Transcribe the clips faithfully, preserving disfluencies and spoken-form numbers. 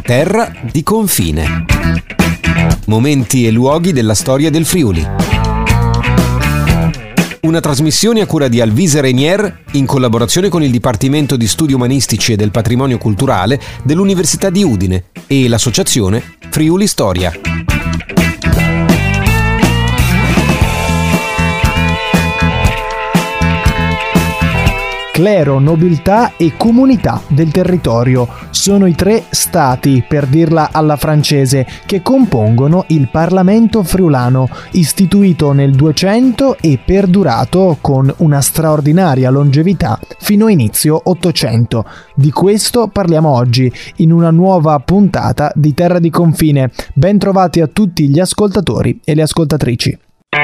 Terra di confine. Momenti e luoghi della storia del Friuli. Una trasmissione a cura di Alvise Renier in collaborazione con il Dipartimento di Studi Umanistici e del Patrimonio Culturale dell'Università di Udine e l'associazione Friuli Storia. Clero, nobiltà e comunità del territorio sono i tre stati, per dirla alla francese, che compongono il Parlamento friulano, istituito nel duecento e perdurato con una straordinaria longevità fino a inizio Ottocento. Di questo parliamo oggi in una nuova puntata di Terra di Confine. Ben trovati a tutti gli ascoltatori e le ascoltatrici.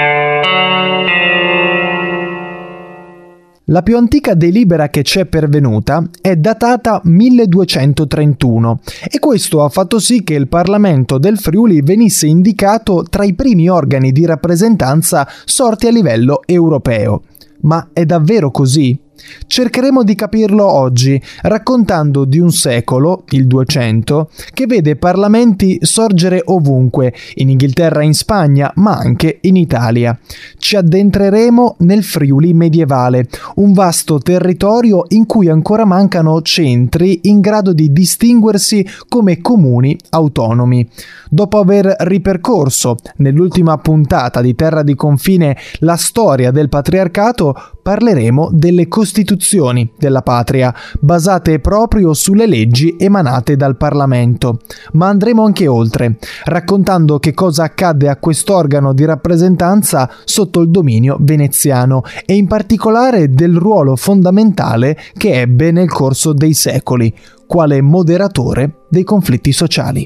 La più antica delibera che c'è pervenuta è datata milleduecentotrentuno e questo ha fatto sì che il Parlamento del Friuli venisse indicato tra i primi organi di rappresentanza sorti a livello europeo. Ma è davvero così? Cercheremo di capirlo oggi, raccontando di un secolo, il duecento, che vede parlamenti sorgere ovunque, in Inghilterra e in Spagna, ma anche in Italia. Ci addentreremo nel Friuli medievale, un vasto territorio in cui ancora mancano centri in grado di distinguersi come comuni autonomi. Dopo aver ripercorso, nell'ultima puntata di Terra di Confine, la storia del patriarcato, parleremo delle costituzioni della patria, basate proprio sulle leggi emanate dal Parlamento. Ma andremo anche oltre, raccontando che cosa accadde a quest'organo di rappresentanza sotto il dominio veneziano e in particolare del ruolo fondamentale che ebbe nel corso dei secoli, quale moderatore dei conflitti sociali.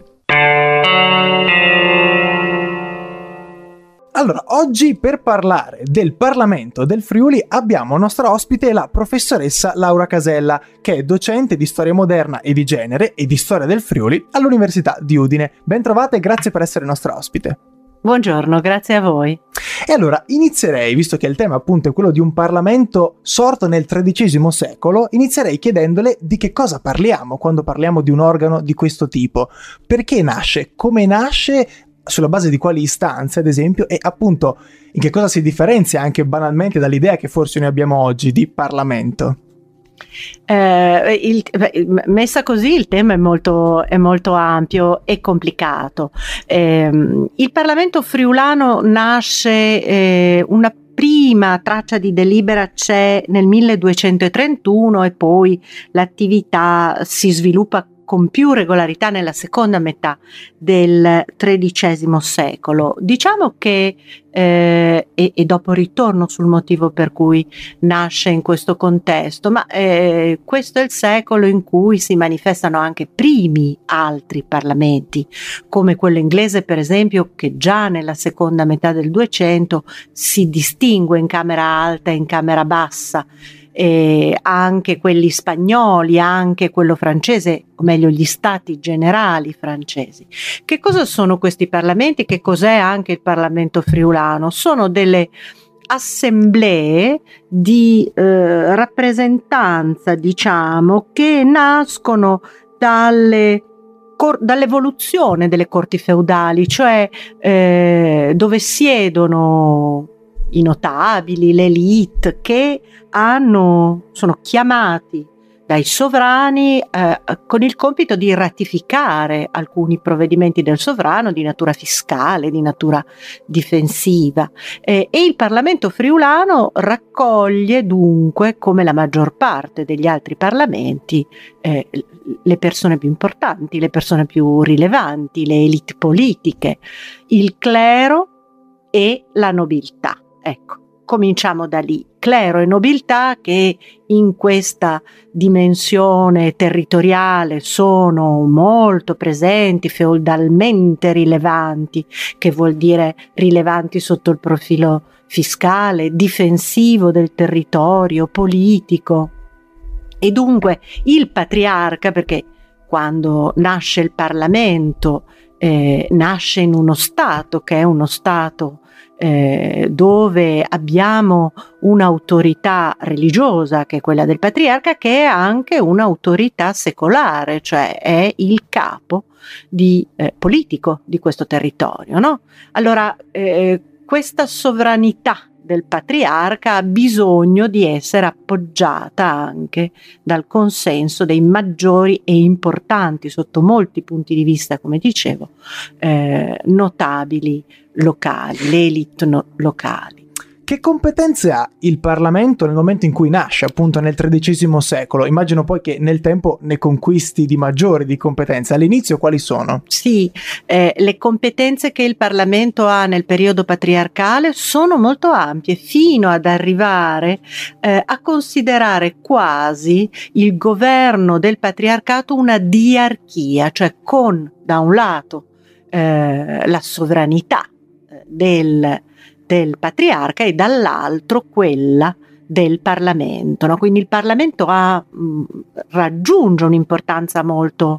Allora, oggi per parlare del Parlamento del Friuli abbiamo nostra ospite la professoressa Laura Casella, che è docente di storia moderna e di genere e di storia del Friuli all'Università di Udine. Ben trovata e grazie per essere nostra ospite. Buongiorno, grazie a voi. E allora inizierei, visto che il tema appunto è quello di un Parlamento sorto nel tredicesimo secolo, inizierei chiedendole di che cosa parliamo quando parliamo di un organo di questo tipo. Perché nasce? Come nasce? Sulla base di quali istanze, ad esempio, e appunto in che cosa si differenzia anche banalmente dall'idea che forse noi abbiamo oggi di Parlamento? Eh, il, messa così il tema è molto, è molto ampio e complicato. Eh, il Parlamento friulano nasce eh, una prima traccia di delibera c'è nel milleduecentotrentuno e poi l'attività si sviluppa con più regolarità nella seconda metà del tredicesimo secolo. Diciamo che, eh, e, e dopo ritorno sul motivo per cui nasce in questo contesto, ma eh, questo è il secolo in cui si manifestano anche primi altri parlamenti, come quello inglese per esempio, che già nella seconda metà del duecento si distingue in camera alta e in camera bassa. E anche quelli spagnoli, anche quello francese, o meglio gli stati generali francesi. Che cosa sono questi parlamenti? Che cos'è anche il Parlamento friulano? Sono delle assemblee di eh, rappresentanza, diciamo, che nascono dalle cor- dall'evoluzione delle corti feudali, cioè eh, dove siedono i notabili, l'élite, che hanno, sono chiamati dai sovrani eh, con il compito di ratificare alcuni provvedimenti del sovrano di natura fiscale, di natura difensiva. Eh, e il Parlamento friulano raccoglie dunque, come la maggior parte degli altri parlamenti, eh, le persone più importanti, le persone più rilevanti, le élite politiche, il clero e la nobiltà. Ecco, cominciamo da lì. Clero e nobiltà che in questa dimensione territoriale sono molto presenti, feudalmente rilevanti, che vuol dire rilevanti sotto il profilo fiscale, difensivo del territorio, politico. E dunque il patriarca, perché quando nasce il Parlamento eh, nasce in uno Stato che è uno Stato eh, dove abbiamo un'autorità religiosa che è quella del patriarca, che è anche un'autorità secolare, cioè è il capo di, eh, politico di questo territorio, no? Allora eh, questa sovranità del patriarca ha bisogno di essere appoggiata anche dal consenso dei maggiori e importanti, sotto molti punti di vista, come dicevo, eh, notabili locali, le elite no- locali. Che competenze ha il Parlamento nel momento in cui nasce, appunto nel tredicesimo secolo? Immagino poi che nel tempo ne conquisti di maggiori di competenze. All'inizio quali sono? Sì, eh, le competenze che il Parlamento ha nel periodo patriarcale sono molto ampie, fino ad arrivare eh, a considerare quasi il governo del patriarcato una diarchia, cioè con da un lato eh, la sovranità del del patriarca e dall'altro quella del Parlamento, no? Quindi il Parlamento ha, mh, raggiunge un'importanza molto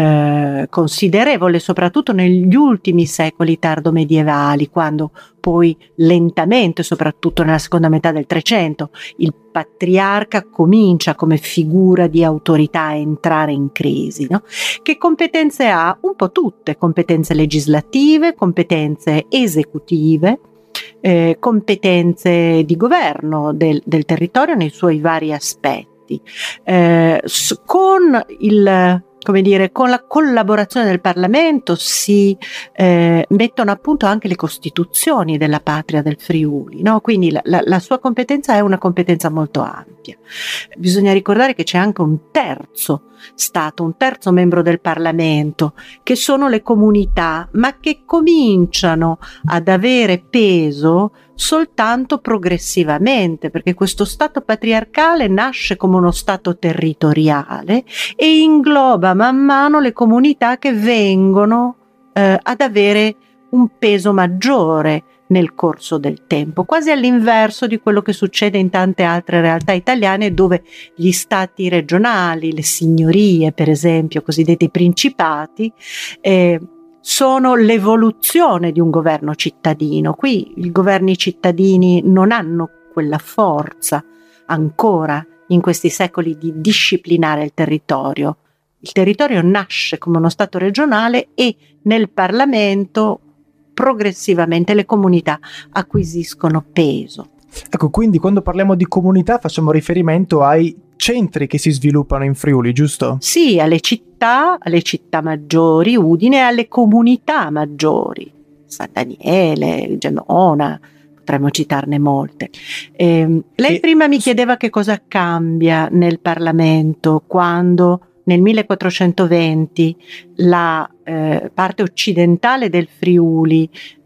eh, considerevole, soprattutto negli ultimi secoli tardomedievali, quando poi lentamente, soprattutto nella seconda metà del Trecento, il patriarca comincia come figura di autorità a entrare in crisi, no? Che competenze ha? Un po' tutte, competenze legislative, competenze esecutive, Eh, competenze di governo del, del territorio nei suoi vari aspetti, eh, s- con il come dire, con la collaborazione del Parlamento si eh, mettono a punto anche le costituzioni della patria del Friuli, no? Quindi la, la, la sua competenza è una competenza molto ampia. Bisogna ricordare che c'è anche un terzo Stato, un terzo membro del Parlamento, che sono le comunità, ma che cominciano ad avere peso soltanto progressivamente, perché questo Stato patriarcale nasce come uno Stato territoriale e ingloba man mano le comunità che vengono eh, ad avere un peso maggiore nel corso del tempo, quasi all'inverso di quello che succede in tante altre realtà italiane, dove gli stati regionali, le signorie per esempio, cosiddetti principati, eh, sono l'evoluzione di un governo cittadino. Qui i governi cittadini non hanno quella forza ancora in questi secoli di disciplinare il territorio. Il territorio nasce come uno stato regionale e nel Parlamento progressivamente le comunità acquisiscono peso. Ecco, quindi quando parliamo di comunità facciamo riferimento ai centri che si sviluppano in Friuli, giusto? Sì, alle città, alle città maggiori, Udine, e alle comunità maggiori, San Daniele, Gemona, potremmo citarne molte. Eh, lei e... prima mi chiedeva che cosa cambia nel Parlamento quando nel millequattrocentoventi la eh, parte occidentale del Friuli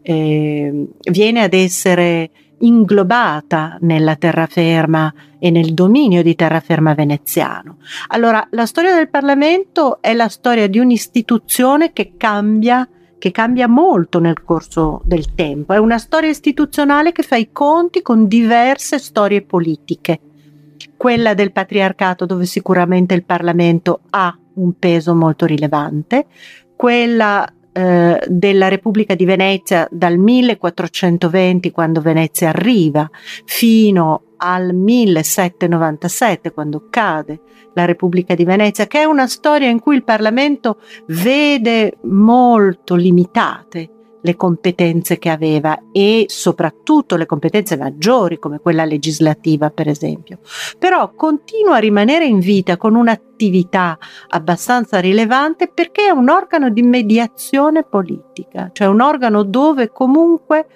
eh, viene ad essere inglobata nella terraferma e nel dominio di terraferma veneziano. Allora, la storia del Parlamento è la storia di un'istituzione che cambia, che cambia molto nel corso del tempo. È una storia istituzionale che fa i conti con diverse storie politiche. Quella del patriarcato, dove sicuramente il Parlamento ha un peso molto rilevante, quella eh, della Repubblica di Venezia dal millequattrocentoventi, quando Venezia arriva, fino al millesettecentonovantasette, quando cade la Repubblica di Venezia, che è una storia in cui il Parlamento vede molto limitate le competenze che aveva e soprattutto le competenze maggiori come quella legislativa per esempio, però continua a rimanere in vita con un'attività abbastanza rilevante perché è un organo di mediazione politica, cioè un organo dove comunque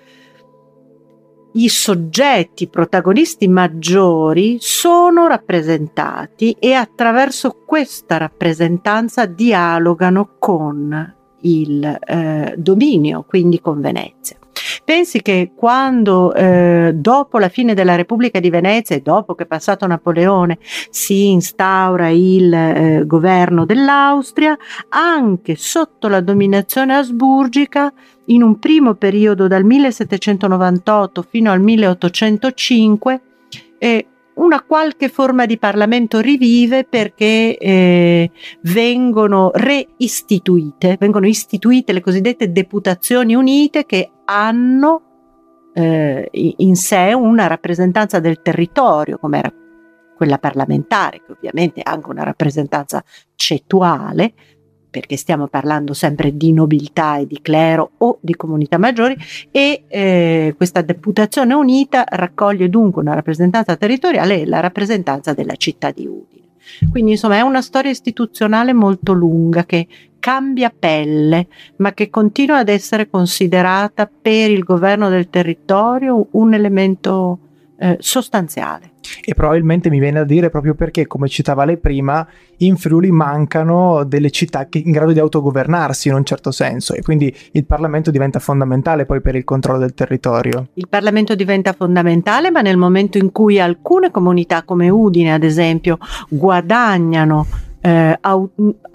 i soggetti protagonisti maggiori sono rappresentati e attraverso questa rappresentanza dialogano con il eh, dominio, quindi con Venezia. Pensi che quando eh, dopo la fine della Repubblica di Venezia e dopo che è passato Napoleone si instaura il eh, governo dell'Austria, anche sotto la dominazione asburgica, in un primo periodo dal millesettecentonovantotto fino al milleottocentocinque, eh, una qualche forma di Parlamento rivive perché eh, vengono reistituite, vengono istituite le cosiddette deputazioni unite che hanno eh, in sé una rappresentanza del territorio, come era quella parlamentare, che ovviamente è anche una rappresentanza cetuale, perché stiamo parlando sempre di nobiltà e di clero o di comunità maggiori, e eh, questa deputazione unita raccoglie dunque una rappresentanza territoriale e la rappresentanza della città di Udine. Quindi insomma è una storia istituzionale molto lunga che cambia pelle, ma che continua ad essere considerata per il governo del territorio un elemento eh, sostanziale. E probabilmente mi viene da dire proprio perché, come citava lei prima, in Friuli mancano delle città che in grado di autogovernarsi in un certo senso, e quindi il Parlamento diventa fondamentale poi per il controllo del territorio. Il Parlamento diventa fondamentale, ma nel momento in cui alcune comunità come Udine, ad esempio, guadagnano eh, au-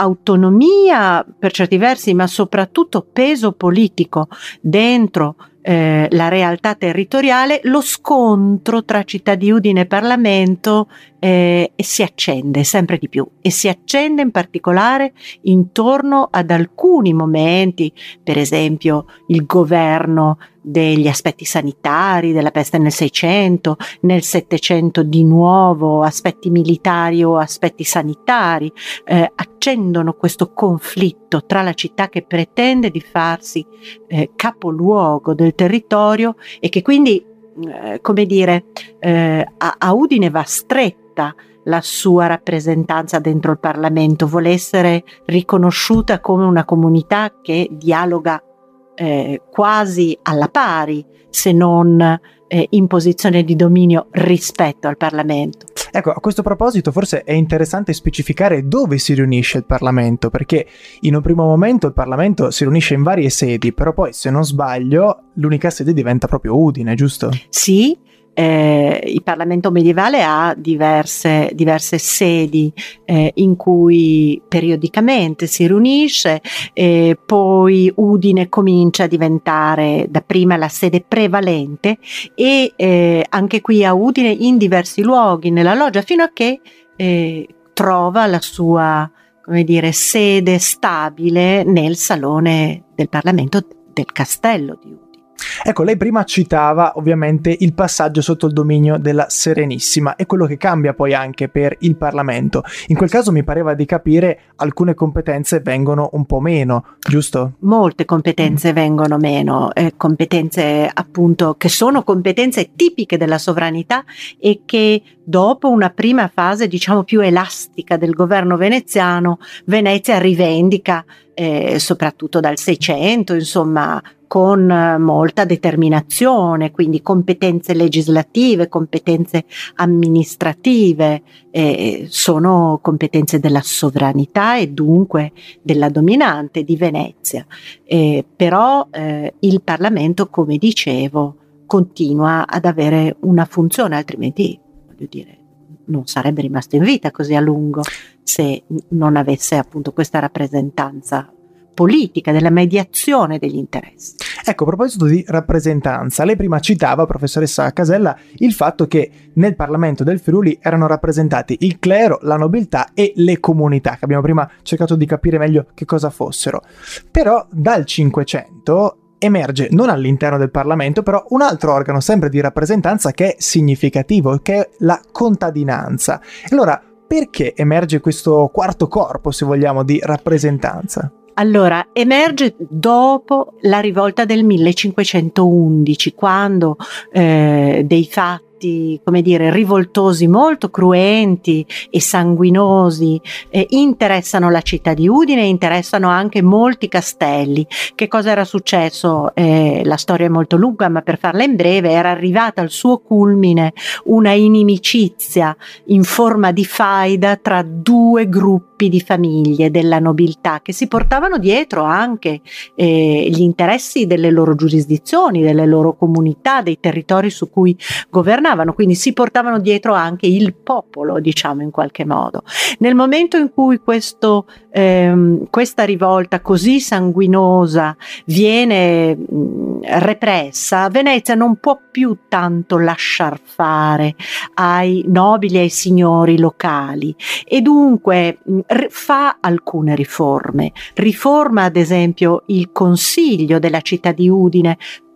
autonomia per certi versi, ma soprattutto peso politico dentro Eh, la realtà territoriale, lo scontro tra città di Udine e Parlamento eh, si accende sempre di più, e si accende in particolare intorno ad alcuni momenti, per esempio il governo degli aspetti sanitari, della peste nel Seicento, nel Settecento di nuovo aspetti militari o aspetti sanitari, eh, accendono questo conflitto tra la città che pretende di farsi eh, capoluogo del territorio e che quindi, eh, come dire, eh, a, a Udine va stretta la sua rappresentanza dentro il Parlamento, vuole essere riconosciuta come una comunità che dialoga Eh, quasi alla pari, se non eh, in posizione di dominio rispetto al Parlamento. Ecco, a questo proposito forse è interessante specificare dove si riunisce il Parlamento, perché in un primo momento il Parlamento si riunisce in varie sedi, però poi, se non sbaglio, l'unica sede diventa proprio Udine, giusto? Sì. Eh, il Parlamento medievale ha diverse, diverse sedi eh, in cui periodicamente si riunisce, eh, poi Udine comincia a diventare dapprima la sede prevalente, e eh, anche qui a Udine in diversi luoghi nella loggia, fino a che eh, trova la sua, come dire, sede stabile nel salone del Parlamento del Castello di Udine. Ecco, lei prima citava ovviamente il passaggio sotto il dominio della Serenissima e quello che cambia poi anche per il Parlamento. In quel caso mi pareva di capire alcune competenze vengono un po' meno, giusto? Molte competenze mm. vengono meno, eh, competenze appunto che sono competenze tipiche della sovranità e che dopo una prima fase diciamo più elastica del governo veneziano, Venezia rivendica eh, soprattutto dal Seicento, insomma, con molta determinazione, quindi competenze legislative, competenze amministrative, eh, sono competenze della sovranità e dunque della dominante di Venezia. Eh, però eh, il Parlamento, come dicevo, continua ad avere una funzione, altrimenti, voglio dire, non sarebbe rimasto in vita così a lungo se non avesse appunto questa rappresentanza politica, della mediazione degli interessi. Ecco, a proposito di rappresentanza, lei prima citava, professoressa Casella, il fatto che nel Parlamento del Friuli erano rappresentati il clero, la nobiltà e le comunità, che abbiamo prima cercato di capire meglio che cosa fossero. Però dal Cinquecento emerge, non all'interno del Parlamento, però un altro organo sempre di rappresentanza che è significativo, che è la contadinanza. Allora, perché emerge questo quarto corpo, se vogliamo, di rappresentanza? Allora, emerge dopo la rivolta del millecinquecentoundici, quando eh, dei fatti, come dire, rivoltosi molto cruenti e sanguinosi eh, interessano la città di Udine e interessano anche molti castelli. Che cosa era successo? Eh, la storia è molto lunga, ma per farla in breve, era arrivata al suo culmine una inimicizia in forma di faida tra due gruppi di famiglie della nobiltà che si portavano dietro anche eh, gli interessi delle loro giurisdizioni, delle loro comunità, dei territori su cui governavano, quindi si portavano dietro anche il popolo, diciamo, in qualche modo. Nel momento in cui questo, ehm, questa rivolta così sanguinosa viene mh, repressa, Venezia non può più tanto lasciar fare ai nobili e ai signori locali e dunque mh, fa alcune riforme. Riforma ad esempio il consiglio della città di Udine,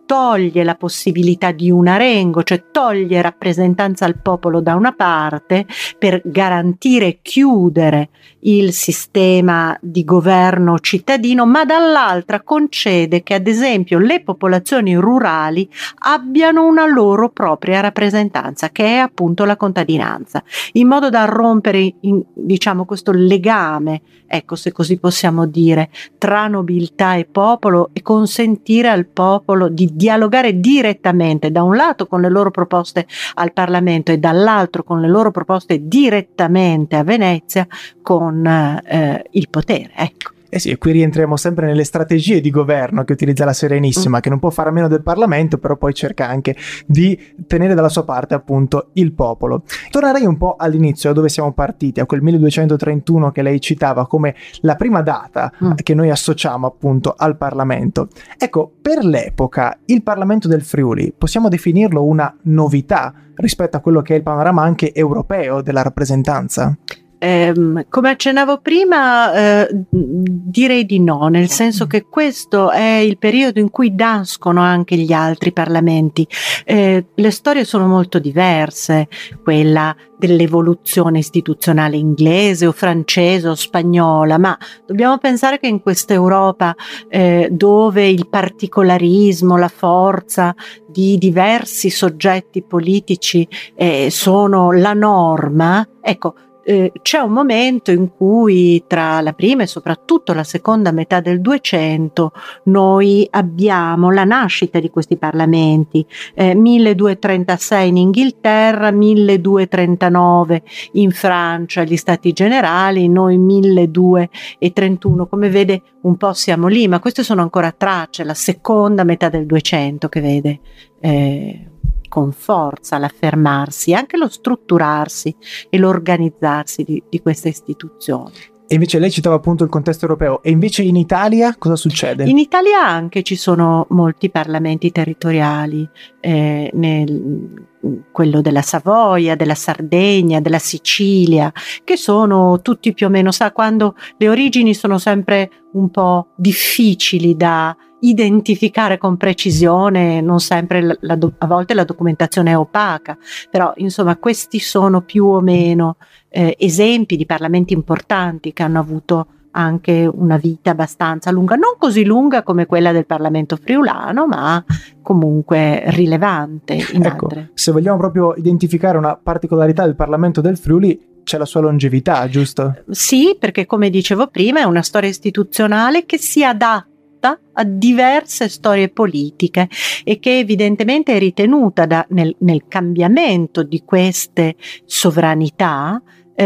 toglie la possibilità di un arengo, cioè toglie rappresentanza al popolo da una parte per garantire e chiudere il sistema di governo cittadino, ma dall'altra concede che ad esempio le popolazioni rurali abbiano una loro propria rappresentanza, che è appunto la contadinanza, in modo da rompere in, diciamo questo legame, ecco, se così possiamo dire, tra nobiltà e popolo, e consentire al popolo di dialogare direttamente, da un lato con le loro proposte al Parlamento e dall'altro con le loro proposte direttamente a Venezia con eh, il potere, ecco. Eh sì, e qui rientriamo sempre nelle strategie di governo che utilizza la Serenissima, mm. che non può fare a meno del Parlamento, però poi cerca anche di tenere dalla sua parte appunto il popolo. Tornerei un po' all'inizio, da dove siamo partiti, a quel milleduecentotrentuno che lei citava come la prima data mm. che noi associamo appunto al Parlamento. Ecco, per l'epoca il Parlamento del Friuli possiamo definirlo una novità rispetto a quello che è il panorama anche europeo della rappresentanza? Eh, come accennavo prima, eh, direi di no, nel senso che questo è il periodo in cui nascono anche gli altri parlamenti. Eh, le storie sono molto diverse, quella dell'evoluzione istituzionale inglese o francese o spagnola, ma dobbiamo pensare che in questa Europa eh, dove il particolarismo, la forza di diversi soggetti politici eh, sono la norma, ecco, Eh, c'è un momento in cui tra la prima e soprattutto la seconda metà del Duecento noi abbiamo la nascita di questi parlamenti, eh, milleduecentotrentasei in Inghilterra, milleduecentotrentanove in Francia, gli Stati Generali, noi milleduecentotrentuno, come vede un po' siamo lì, ma queste sono ancora tracce, la seconda metà del Duecento che vede eh, con forza l'affermarsi, anche lo strutturarsi e l'organizzarsi di, di queste istituzioni. E invece lei citava appunto il contesto europeo, e invece in Italia cosa succede? In Italia anche ci sono molti parlamenti territoriali, eh, nel, quello della Savoia, della Sardegna, della Sicilia, che sono tutti più o meno, sa, quando le origini sono sempre un po' difficili da identificare con precisione, non sempre la, la, a volte la documentazione è opaca, però insomma questi sono più o meno eh, esempi di parlamenti importanti che hanno avuto anche una vita abbastanza lunga, non così lunga come quella del Parlamento friulano, ma comunque rilevante in ecco, altre. Se vogliamo proprio identificare una particolarità del Parlamento del Friuli, c'è la sua longevità, giusto? Sì, perché come dicevo prima è una storia istituzionale che si adatta a diverse storie politiche e che evidentemente è ritenuta da, nel, nel cambiamento di queste sovranità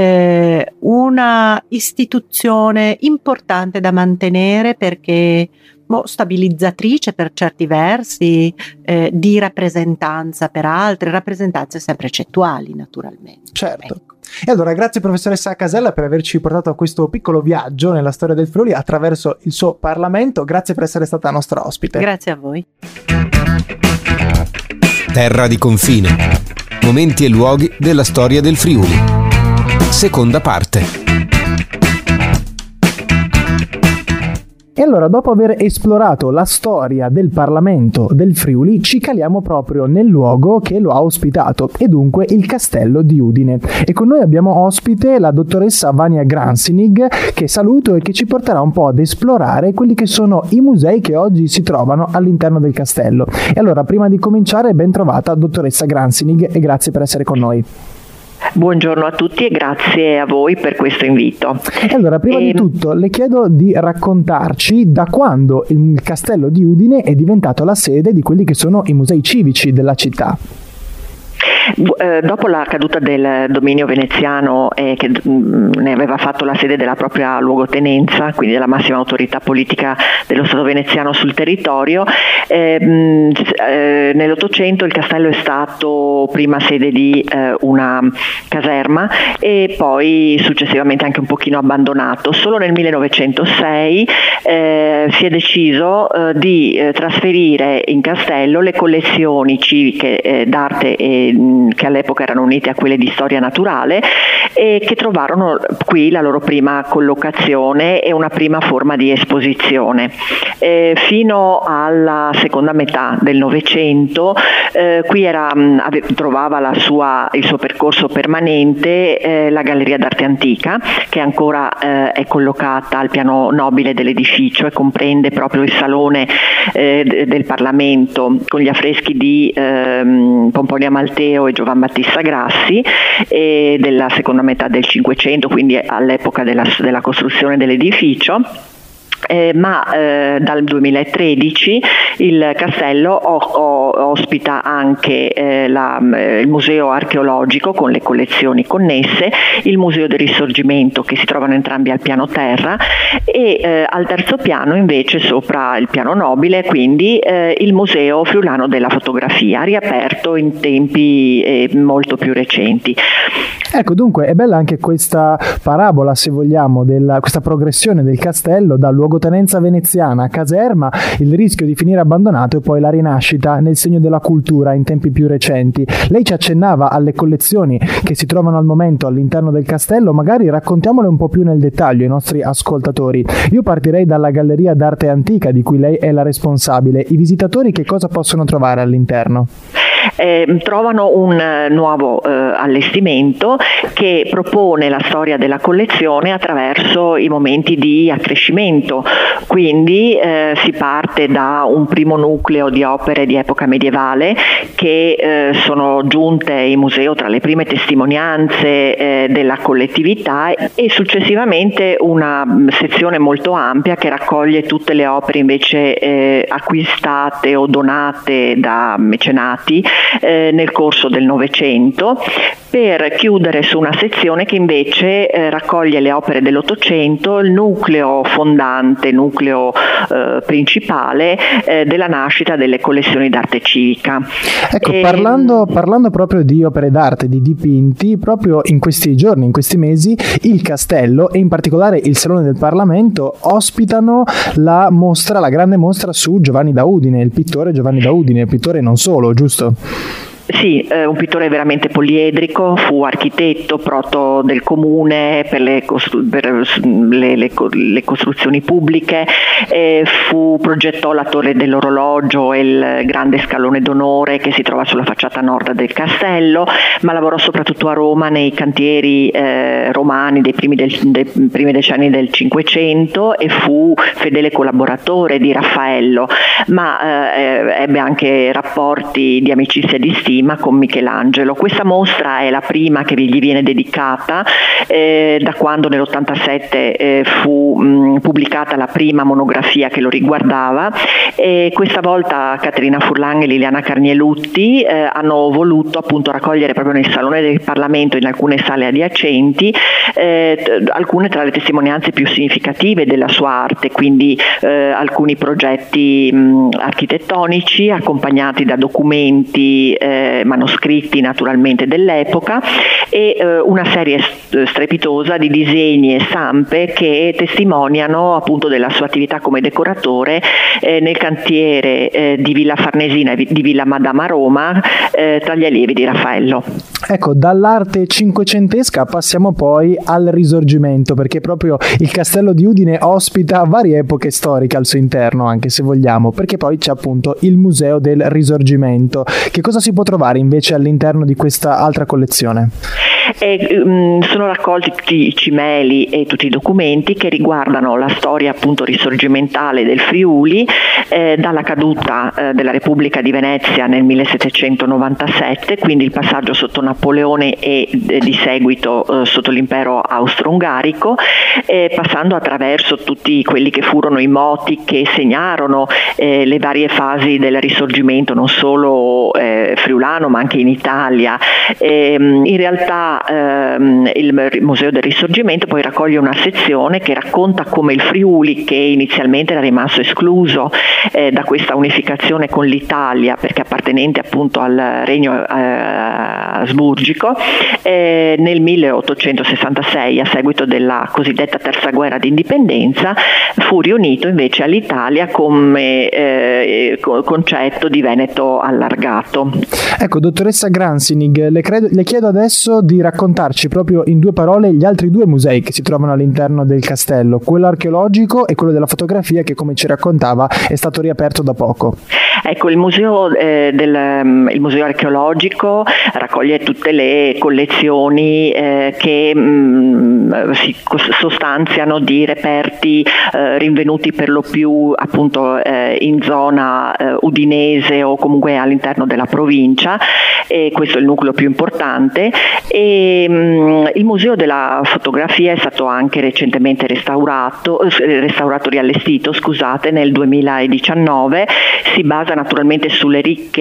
eh, una istituzione importante da mantenere, perché boh, stabilizzatrice per certi versi, eh, di rappresentanza per altri, rappresentanze sempre eccettuali naturalmente. Certo. Ecco. E allora grazie professoressa Casella per averci portato a questo piccolo viaggio nella storia del Friuli attraverso il suo Parlamento, grazie per essere stata nostra ospite. Grazie a voi. Terra di confine. Momenti e luoghi della storia del Friuli. Seconda parte. E allora, dopo aver esplorato la storia del Parlamento del Friuli, ci caliamo proprio nel luogo che lo ha ospitato, e dunque il Castello di Udine. E con noi abbiamo ospite la dottoressa Vania Gransinig, che saluto e che ci porterà un po' ad esplorare quelli che sono i musei che oggi si trovano all'interno del castello. E allora, prima di cominciare, ben trovata dottoressa Gransinig e grazie per essere con noi. Buongiorno a tutti e grazie a voi per questo invito. Allora, prima e... di tutto le chiedo di raccontarci da quando il Castello di Udine è diventato la sede di quelli che sono i musei civici della città. Eh, dopo la caduta del dominio veneziano, eh, che mh, ne aveva fatto la sede della propria luogotenenza, quindi della massima autorità politica dello Stato veneziano sul territorio, eh, mh, eh, nell'Ottocento il castello è stato prima sede di eh, una caserma e poi successivamente anche un pochino abbandonato. Solo nel millenovecentosei eh, si è deciso eh, di eh, trasferire in castello le collezioni civiche eh, d'arte e mh, che all'epoca erano unite a quelle di storia naturale e che trovarono qui la loro prima collocazione e una prima forma di esposizione. Eh, fino alla seconda metà del Novecento eh, qui era, ave, trovava la sua, il suo percorso permanente eh, la Galleria d'Arte Antica, che ancora eh, è collocata al piano nobile dell'edificio e comprende proprio il salone eh, del Parlamento con gli affreschi di ehm, Pomponio Amalteo e Giovan Battista Grassi e della seconda metà del Cinquecento, quindi all'epoca della, della costruzione dell'edificio. Eh, ma eh, dal duemilatredici il castello o, o, ospita anche eh, la, eh, il museo archeologico con le collezioni connesse, il museo del Risorgimento, che si trovano entrambi al piano terra, e eh, al terzo piano invece, sopra il piano nobile, quindi eh, il museo friulano della fotografia, riaperto in tempi eh, molto più recenti. Ecco, dunque è bella anche questa parabola, se vogliamo, della, questa progressione del castello da luogotenenza veneziana a caserma, il rischio di finire abbandonato e poi la rinascita nel segno della cultura in tempi più recenti. Lei ci accennava alle collezioni che si trovano al momento all'interno del castello, magari raccontiamole un po' più nel dettaglio ai nostri ascoltatori. Io partirei dalla Galleria d'Arte Antica di cui lei è la responsabile. I visitatori che cosa possono trovare all'interno? Eh, trovano un uh, nuovo uh, allestimento che propone la storia della collezione attraverso i momenti di accrescimento, quindi eh, si parte da un primo nucleo di opere di epoca medievale che eh, sono giunte in museo tra le prime testimonianze eh, della collettività, e successivamente una sezione molto ampia che raccoglie tutte le opere invece eh, acquistate o donate da mecenati Eh, nel corso del Novecento, per chiudere su una sezione che invece eh, raccoglie le opere dell'Ottocento, il nucleo fondante, nucleo eh, principale eh, della nascita delle collezioni d'arte civica. Ecco, e... parlando, parlando proprio di opere d'arte, di dipinti, proprio in questi giorni, in questi mesi, il Castello e in particolare il Salone del Parlamento ospitano la mostra, la grande mostra su Giovanni da Udine, il pittore Giovanni da Udine, pittore non solo, giusto? Sì, eh, un pittore veramente poliedrico, fu architetto, proto del comune per le, costru- per le, le, le costruzioni pubbliche, eh, fu, progettò la torre dell'orologio e il grande scalone d'onore che si trova sulla facciata nord del castello, ma lavorò soprattutto a Roma nei cantieri eh, romani dei primi, del, dei primi decenni del Cinquecento e fu fedele collaboratore di Raffaello, ma eh, ebbe anche rapporti di amicizia e di stima con Michelangelo. Questa mostra è la prima che gli viene dedicata eh, da quando nell'ottantasette eh, fu mh, pubblicata la prima monografia che lo riguardava, e questa volta Caterina Furlan e Liliana Carnielutti eh, hanno voluto appunto raccogliere proprio nel Salone del Parlamento, in alcune sale adiacenti, eh, t- alcune tra le testimonianze più significative della sua arte, quindi eh, alcuni progetti mh, architettonici accompagnati da documenti eh, manoscritti naturalmente dell'epoca, e eh, una serie strepitosa di disegni e stampe che testimoniano appunto della sua attività come decoratore eh, nel cantiere eh, di Villa Farnesina e di Villa Madama a Roma eh, tra gli allievi di Raffaello. Ecco, dall'arte cinquecentesca passiamo poi al Risorgimento, perché proprio il Castello di Udine ospita varie epoche storiche al suo interno, anche se vogliamo, perché poi c'è appunto il Museo del Risorgimento. Che cosa si può trovare invece all'interno di questa altra collezione? E, um, sono raccolti tutti i cimeli e tutti i documenti che riguardano la storia appunto risorgimentale del Friuli eh, dalla caduta eh, della Repubblica di Venezia nel millesettecentonovantasette, quindi il passaggio sotto Napoleone e eh, di seguito eh, sotto l'impero austro-ungarico, eh, passando attraverso tutti quelli che furono i moti che segnarono eh, le varie fasi del risorgimento non solo eh, friulano ma anche in Italia. Eh, in realtà ehm, il Museo del Risorgimento poi raccoglie una sezione che racconta come il Friuli, che inizialmente era rimasto escluso eh, da questa unificazione con l'Italia perché appartenente appunto al regno eh, asburgico, eh, nel milleottocentosessantasei, a seguito della cosiddetta terza guerra d'indipendenza, fu riunito invece all'Italia come eh, concetto di Veneto allargato. Ecco, dottoressa Granzinig, le, credo, le chiedo adesso di raccontarci proprio in due parole gli altri due musei che si trovano all'interno del castello, quello archeologico e quello della fotografia, che come ci raccontava è stato riaperto da poco. Ecco, il museo, eh, del, il museo archeologico raccoglie tutte le collezioni eh, che mh, si sostanziano di reperti eh, rinvenuti per lo più appunto eh, in zona eh, udinese o comunque all'interno della provincia, e questo è il nucleo più importante. E mh, il museo della fotografia è stato anche recentemente restaurato, eh, restaurato riallestito, scusate, nel duemiladiciannove. Si basa naturalmente sulle ricche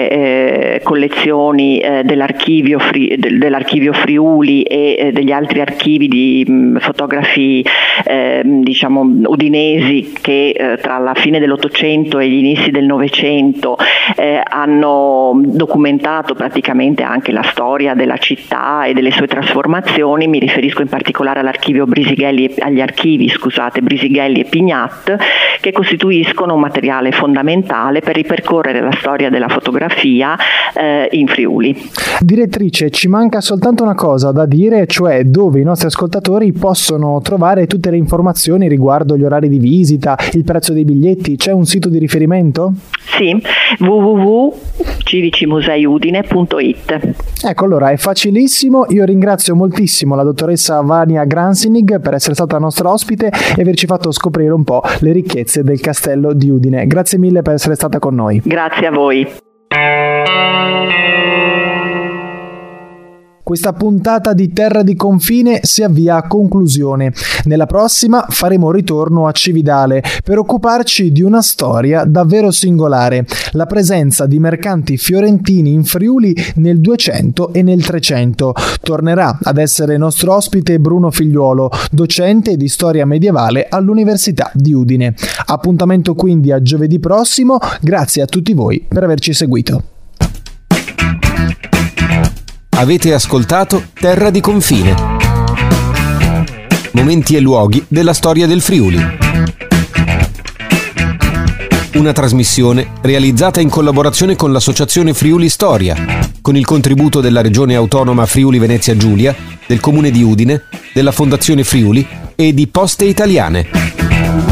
eh, collezioni eh, dell'archivio, Fri- dell'archivio Friuli e eh, degli altri archivi di mh, fotografi eh, diciamo udinesi che eh, tra la fine dell'Ottocento e gli inizi del Novecento eh, hanno documentato praticamente anche la storia della città e delle sue trasformazioni. Mi riferisco in particolare all'archivio Brisighelli e, agli archivi scusate, Brisighelli e Pignat, che costituiscono un materiale fondamentale per ripercorrere la storia della fotografia eh, in Friuli. Direttrice, ci manca soltanto una cosa da dire, cioè dove i nostri ascoltatori possono trovare tutte le informazioni riguardo gli orari di visita, il prezzo dei biglietti. C'è un sito di riferimento? Sì, w w w punto civicimuseiudine punto it. Ecco, allora è facilissimo. Io ringrazio moltissimo la dottoressa Vania Granzinig per essere stata nostra ospite e averci fatto scoprire un po' le ricchezze del castello di Udine. Grazie mille per essere stata con noi. Grazie a voi. Questa puntata di Terra di Confine si avvia a conclusione. Nella prossima faremo ritorno a Cividale per occuparci di una storia davvero singolare, la presenza di mercanti fiorentini in Friuli nel duecento e nel trecento. Tornerà ad essere nostro ospite Bruno Figliuolo, docente di storia medievale all'Università di Udine. Appuntamento quindi a giovedì prossimo, grazie a tutti voi per averci seguito. Avete ascoltato Terra di Confine. Momenti e luoghi della storia del Friuli. Una trasmissione realizzata in collaborazione con l'Associazione Friuli Storia, con il contributo della Regione Autonoma Friuli Venezia Giulia, del Comune di Udine, della Fondazione Friuli e di Poste Italiane.